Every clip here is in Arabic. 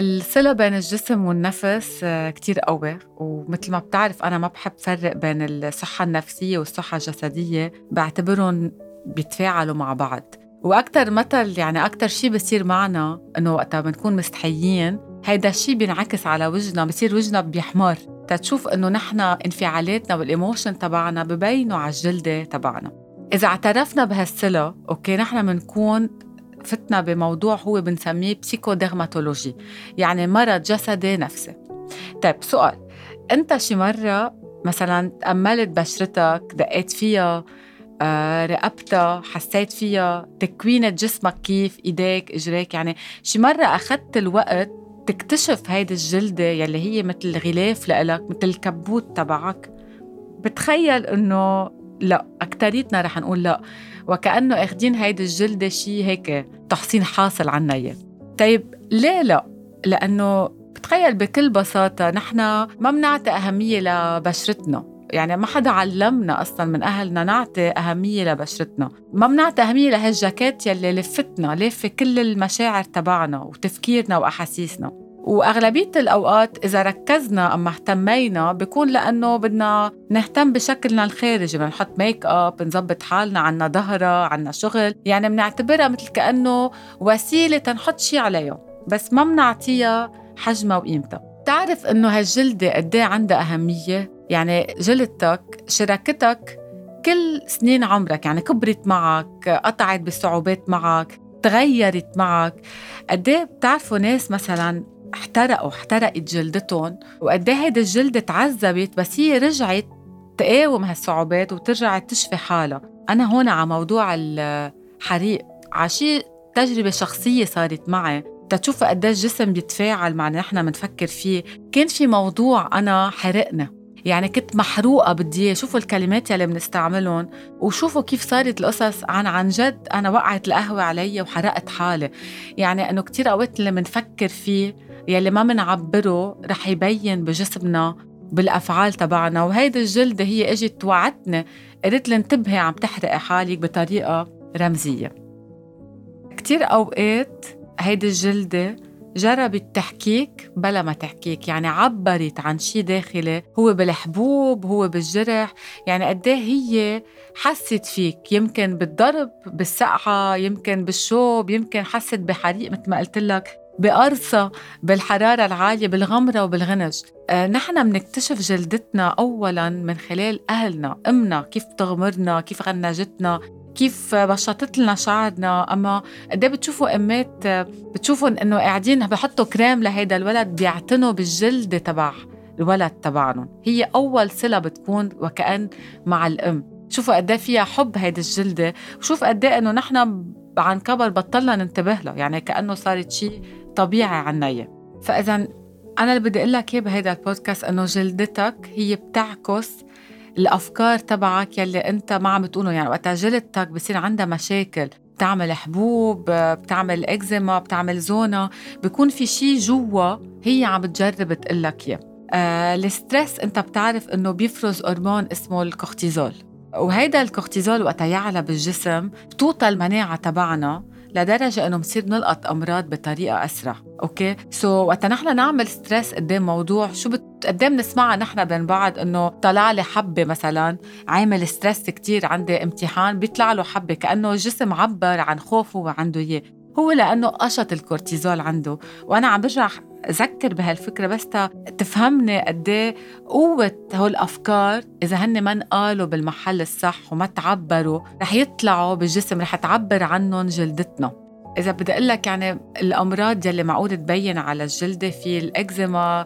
الصلة بين الجسم والنفس كتير قوي، ومثل ما بتعرف أنا ما بحب فرق بين الصحة النفسية والصحة الجسدية، بعتبرهم بيتفاعلوا مع بعض. وأكتر مثل يعني أكتر شي بيصير معنا إنه وقتها بنكون مستحيين، هيدا الشي بينعكس على وجهنا، بصير وجهنا بيحمر تتشوف إنه نحن انفعالاتنا والإيموشن تبعنا ببينوا على الجلدة تبعنا. إذا اعترفنا بهالصلة أوكي نحن بنكون فتنا بموضوع هو بنسميه بسيكوديرماتولوجي، يعني مرض جسدي نفسي. طيب سؤال، أنت شي مرة مثلا تأملت بشرتك، دقيت فيها، رقبتها، حسيت فيها، تكوينة جسمك كيف، إيديك، إجريك، يعني شي مرة أخذت الوقت تكتشف هيدي الجلدة يلي هي مثل غلاف لإلك، مثل الكبوت تبعك؟ بتخيل إنه لا، أكتريتنا رح نقول لا، وكأنه أخدين هيدي الجلدة شي هيك تحصين حاصل عنا إياه. طيب ليه لا؟ لأنه بتخيل بكل بساطة نحن ما بنعطي أهمية لبشرتنا، يعني ما حدا علمنا أصلاً من أهلنا نعطي أهمية لبشرتنا، ما بنعطي أهمية لهالجاكيت يلي لفتنا لف كل المشاعر تبعنا وتفكيرنا وأحاسيسنا. وأغلبية الأوقات إذا ركزنا أما اهتمينا بيكون لأنه بدنا نهتم بشكلنا الخارجي، بنحط ميك أب، نظبط حالنا، عنا ظهرة، عنا شغل، يعني بنعتبرها مثل كأنه وسيلة تنحط شي عليها، بس ما بنعطيها حجمها وقيمتها. تعرف إنه هالجلدة قديه عندها أهمية؟ يعني جلدتك شراكتك كل سنين عمرك، يعني كبرت معك، قطعت بالصعوبات معك، تغيرت معك. قديه بتعرفوا ناس مثلاً احترقت جلدتهم، وقديه هيدا الجلد تعذبت بس هي رجعت تقاوم هالصعوبات وترجع تشفي حالها. أنا هون على موضوع الحريق، عشي تجربة شخصية صارت معي تشوف قديه الجسم بيتفاعل مع نحن منفكر فيه. كان في موضوع أنا حرقنا، يعني كنت محروقة، بدي شوفوا الكلمات يلي بنستعملهم وشوفوا كيف صارت القصص. عن جد أنا وقعت القهوة علي وحرقت حالي. يعني أنه كتير أوقات اللي منفكر فيه يلي ما منعبره رح يبين بجسمنا بالأفعال تبعنا. وهيدا الجلدة هي اجت توعدتني، قلت لي انتبهي عم تحرقي حالك بطريقة رمزية. كتير أوقات هيدا الجلدة جربت تحكيك بلا ما تحكيك، يعني عبرت عن شي داخلي، هو بالحبوب، هو بالجرح. يعني قديه هي حست فيك، يمكن بالضرب، بالسقعة، يمكن بالشوب، يمكن حست بحريق مثل ما قلت لك، بقرصة، بالحرارة العالية، بالغمرة وبالغنج. نحن منكتشف جلدتنا أولاً من خلال أهلنا، أمنا كيف تغمرنا، كيف غنجتنا، كيف بشطت لنا شعرنا. أما قد ايه بتشوفوا أمات بتشوفوا إنه قاعدين بحطوا كريم لهيدا الولد، بيعتنوا بالجلد تبع الولد تبعهم. هي أول صلة بتكون وكأن مع الأم. شوفوا قد ايه فيها حب هيدا الجلدة، وشوف قد ايه إنه نحن عن كبر بطلنا ننتبه له، يعني كأنه صارت شيء طبيعي عنا. فإذا أنا اللي بدي أقول لك إياه بهيدا البودكاست إنه جلدتك هي بتعكس الأفكار تبعك يلي أنت ما عم بتقوله. يعني وقت جلدتك بصير عندها مشاكل، بتعمل حبوب، بتعمل إكزيما، بتعمل زونا، بيكون في شي جوا هي عم بتجرب تقلك إياه. الستريس أنت بتعرف إنه بيفرز هرمون اسمه الكورتيزول، وهيدا الكورتيزول وقت يعلى بالجسم بتوطى المناعة تبعنا لدرجة إنه بصير نلقط أمراض بطريقة أسرع. أوكي وقت نحن نعمل ستريس قدام موضوع، شو قدام نسمعها نحن بين بعض إنه طلع لي حبة مثلا، عامل ستريس كتير، عندي امتحان، بيطلع له حبة، كأنه الجسم عبر عن خوفه وعنده إياه، هو لأنه قشط الكورتيزول عنده. وأنا عم برجع أذكر بهالفكرة بس تفهمني قديه قوة هول الأفكار إذا هن ما نقالوا بالمحل الصح وما تعبروا رح يطلعوا بالجسم، رح تعبر عنهم جلدتنا. إذا بدي أقول لك يعني الأمراض يلي معقول تبين على الجلدة، في الإكزيما،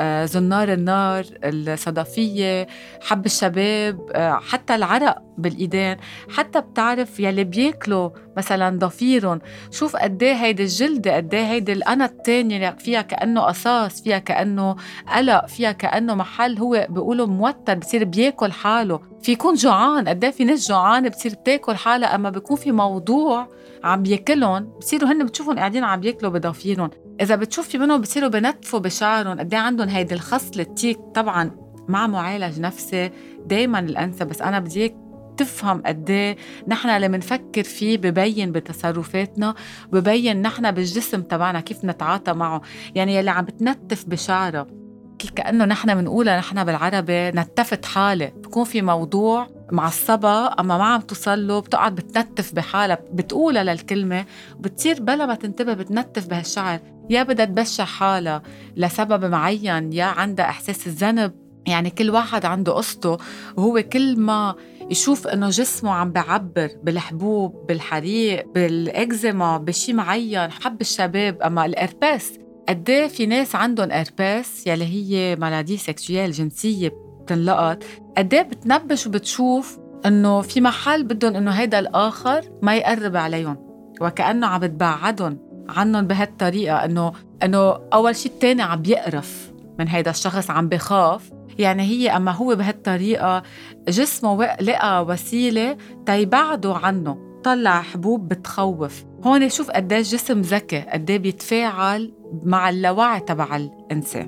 زنار النار، الصدفية، حب الشباب، حتى العرق بالإيدين، حتى بتعرف يلي بياكلوا مثلا ضفيرهم. شوف قديه هيدي الجلدة، قديه هيدي الأنا التانية فيها كأنه قصاص، فيها كأنه قلق، فيها كأنه محل هو بيقولوا موتر، بصير بياكل حاله، في يكون جوعان. قديه في ناس جوعانة بتصير بتاكل حالها، أما بيكون في موضوع عم بياكلهم بصيروا هن بتشوفهم قاعدين عم بياكلوا بضفيرهم. إذا بتشوف في منهم بصيروا بنتفوا بشعرهم، قديه عندهم هيدي الخصلة التيك. طبعا مع معالج نفسي دايما الأنسب، بس أنا بديك بتفهم قديه نحن اللي منفكر فيه ببين بتصرفاتنا، ببين نحن بالجسم تبعنا كيف نتعاطى معه. يعني يلي عم بتنتف بشعرها كأنه نحن منقولها نحن بالعربي نتفت حالة، بكون في موضوع معصبة أما ما عم توصله، بتقعد بتنتف بحالها، بتقولها للكلمة وبتصير بلا ما تنتبه بتنتف بهالشعر. يا بدها تبشع حالها لسبب معين، يا عندها إحساس الذنب. يعني كل واحد عنده قصته، وهو كل ما يشوف إنه جسمه عم بعبر بالحبوب، بالحريق، بالإكزيما، بشي معين. حب الشباب أما الإرباس، قديه في ناس عندهم إرباس يلي هي مالادي سكسويال جنسية بتنلقط، قديه بتنبش وبتشوف إنه في محل بدهم إنه هيدا الآخر ما يقرب عليهم، وكأنه عم بتبعدهم عنهم بهالطريقة. إنه أول شيء التاني عم بيقرف من هيدا الشخص، عم بخاف. يعني هي أما هو بهالطريقة جسمه لقى وسيلة تيبعده عنه، طلع حبوب بتخوف. هون شوف قديش جسم ذكي، قديه بيتفاعل مع اللاوعي تبع الإنسان.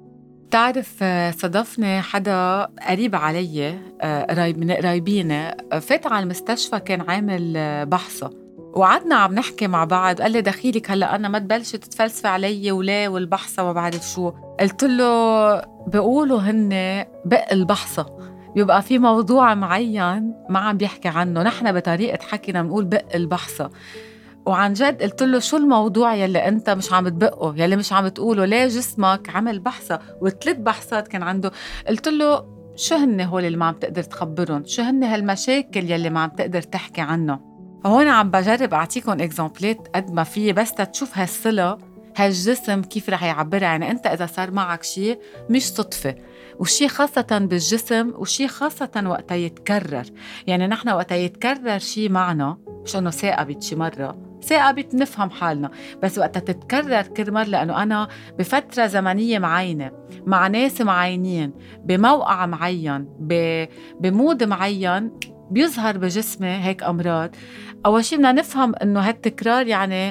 تعرف صدفني حدا قريب علي، من قرايبيني، فات على المستشفى كان عامل بحصة، وقعدنا عم نحكي مع بعض. قال لي دخيلك هلأ أنا ما تبلشي تتفلسفي علي وليه والبحصة وما بعرف شو. قلت له بيقولوا هن بق البحصة، بيبقى في موضوع معين ما عم بيحكي عنه، نحن بطريقة حكينا بنقول بق البحصة. وعن جد قلت له شو الموضوع يلي انت مش عم تبقه، يلي مش عم تقوله؟ ليه جسمك عمل بحثة و3 بحثات كان عنده. قلت له شو هن هول اللي ما عم تقدر تخبرهم؟ شو هن هالمشاكل يلي ما عم تقدر تحكي عنه؟ هون عم بجرب أعطيكم إكزامبلات قد ما فيه بس تشوف هالصلة، هالجسم كيف رح يعبرها. يعني أنت إذا صار معك شيء مش صدفة، وشي خاصة بالجسم، وشي خاصة وقت يتكرر. يعني نحن وقت يتكرر شي معنا، مش أنه ثاقبت شي مرة، ثاقبت نفهم حالنا، بس وقت تتكرر كل مرة، لأنه أنا بفترة زمنية معينة مع ناس معينين بموقع معين بمود معين، بيظهر بجسمي هيك أمراض. أول شي بدنا نفهم أنه هالتكرار يعني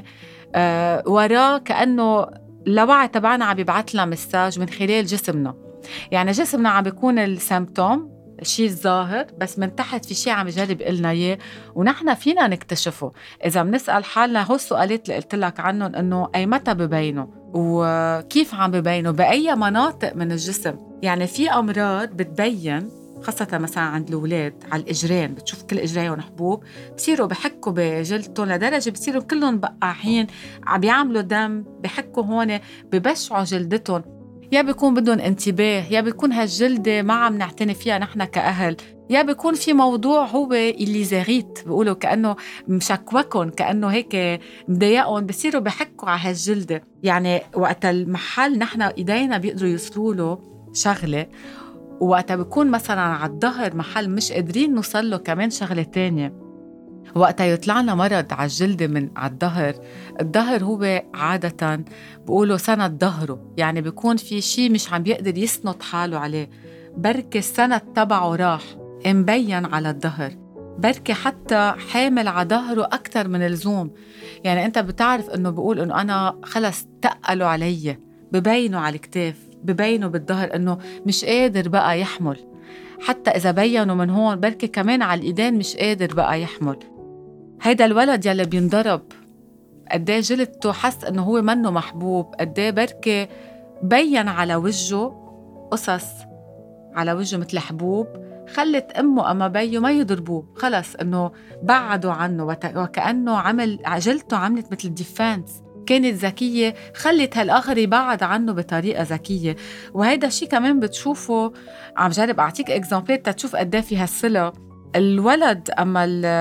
وراه كأنه اللاوعي تبعنا عم بيبعت لنا مساج من خلال جسمنا. يعني جسمنا عم بيكون السيمبتوم، الشيء الظاهر، بس من تحت في شيء عم يجرب قلنا إياه، ونحن فينا نكتشفه إذا بنسأل حالنا. هو السؤالات اللي قلت لك عنهم، إنه أي متى ببينوا وكيف عم ببينوا بأي مناطق من الجسم. يعني في أمراض بتبين خاصة مثلا عند الأولاد على الإجرين، بتشوف كل إجريهم حبوب، بصيروا بحكوا بجلدهم لدرجة بصيروا كلهم بقاحين، عم بيعملوا دم، بحكوا هون، ببشعوا جلدتهم. يا بيكون بدهم انتباه، يا بيكون هالجلدة ما عم نعتني فيها نحن كأهل، يا بيكون في موضوع هو اللي زغيت بيقولوا كأنه مشكوكن، كأنه هيك مضايقهم، بصيروا بحكوا على هالجلدة. يعني وقت المحل نحن إيدينا بيقدروا يوصلوا له شغلة، وقت بيكون مثلا على الظهر محل مش قادرين نوصل له كمان شغلة تانية. وقتها يطلعنا مرض على الجلد من على الظهر، الظهر هو عادة بقولوا سند ظهره، يعني بيكون في شيء مش عم بيقدر يسند حاله عليه، بركي السند تبعه راح مبين على الظهر، بركي حتى حامل على ظهره أكتر من اللزوم. يعني أنت بتعرف إنه بقول إنه أنا خلص تقلوا علي، ببينوا على الكتاف، ببينوا بالظهر إنه مش قادر بقى يحمل. حتى إذا بينوا من هون بركي كمان على الإيدين مش قادر بقى يحمل. هيدا الولد يلي بينضرب قديه جلدته حس انه هو منه محبوب، قديه بركي بين على وجهه قصص على وجهه مثل حبوب، خلت امه اما بيو ما يضربوه، خلص انه بعدوا عنه، وكأنه عمل جلدته عملت مثل ديفانس، كانت ذكية، خلت هالآخر يبعد عنه بطريقة ذكية. وهيدا الشيء كمان بتشوفه، عم جرب أعطيك إكزامبلات تتشوف قديه في هالصلة. الولد أما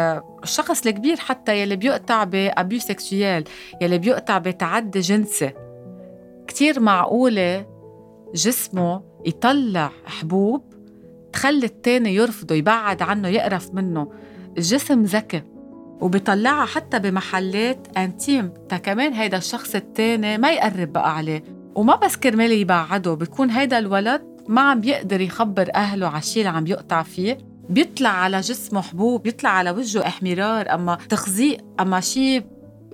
الشخص الكبير حتى يلي بيقطع بأبيو سكسويال، يلي بيقطع بتعدي جنسي، كتير معقولة جسمه يطلع حبوب تخلي التاني يرفضه، يبعد عنه، يقرف منه. الجسم ذكي وبيطلعها حتى بمحلات أنتيم كمان هيدا الشخص التاني ما يقرب بقى عليه. وما بس كرمال يبعده، بيكون هيدا الولد ما عم بيقدر يخبر أهله على الشيء اللي عم يقطع فيه، بيطلع على جسمه حبوب، بيطلع على وجهه احمرار، أما تخزيق، أما شيء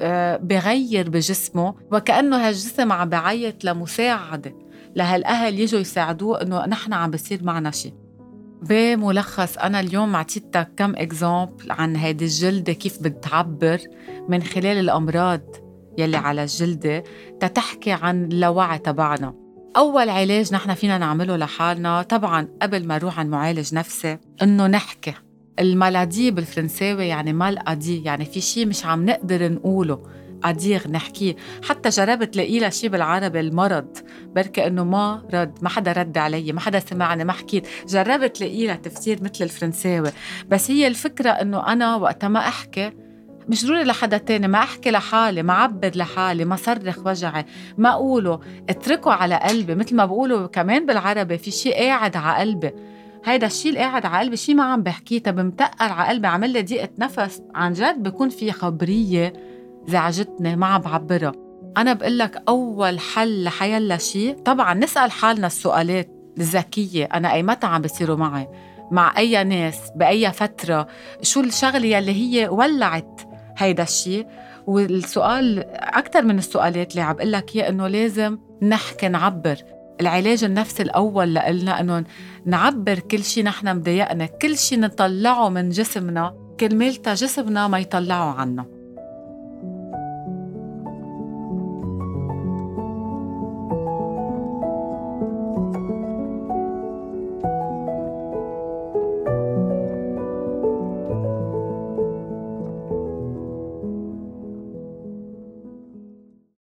بغير بجسمه، وكأنه هالجسم عم بعيط لمساعدة لهالأهل يجوا يساعدوه إنه نحن عم بصير معنا شيء. بملخص أنا اليوم عطيتك كم إكزامبل عن هيدي الجلدة كيف بتعبر من خلال الأمراض يلي على الجلدة تتحكي عن اللاوعي تبعنا. أول علاج نحن فينا نعمله لحالنا طبعاً قبل ما نروح عن معالج نفسي إنه نحكي. المالادي بالفرنساوي يعني مالادي، يعني في شي مش عم نقدر نقوله أدير نحكيه. حتى جربت لاقي لها شي بالعربي المرض، بركة إنه ما حدا رد علي، ما حدا سمعني، ما حكيت. جربت لاقي لها تفسير مثل الفرنساوي، بس هي الفكرة إنه أنا وقت ما أحكي مش ضروري لحدا تاني، ما أحكي لحالي، ما عبر لحالي، ما صرخ وجعي، ما أقوله اتركه على قلبي. مثل ما بقوله كمان بالعربي في شي قاعد على قلبي، هيدا الشي اللي قاعد على قلبي شي ما عم بحكيه، طب متقل على قلبي، عمل لي ضيقة نفس. عن جد بيكون في خبرية زعجتني ما عم بعبرها. أنا بقلك أول حل لحيلا شي طبعا نسأل حالنا السؤالات الذكية. أنا أي متى عم بيصيروا معي، مع أي ناس، بأي فترة، شو الشغلة يلي هي ولعت هيدا الشي. والسؤال أكتر من السؤالات اللي عم بقلك هي إنه لازم نحكي نعبر. العلاج النفسي الأول لإلنا إنه نعبر كل شي نحن مضايقنا، كل شي نطلعه من جسمنا كرمال جسمنا ما يطلعه عنا.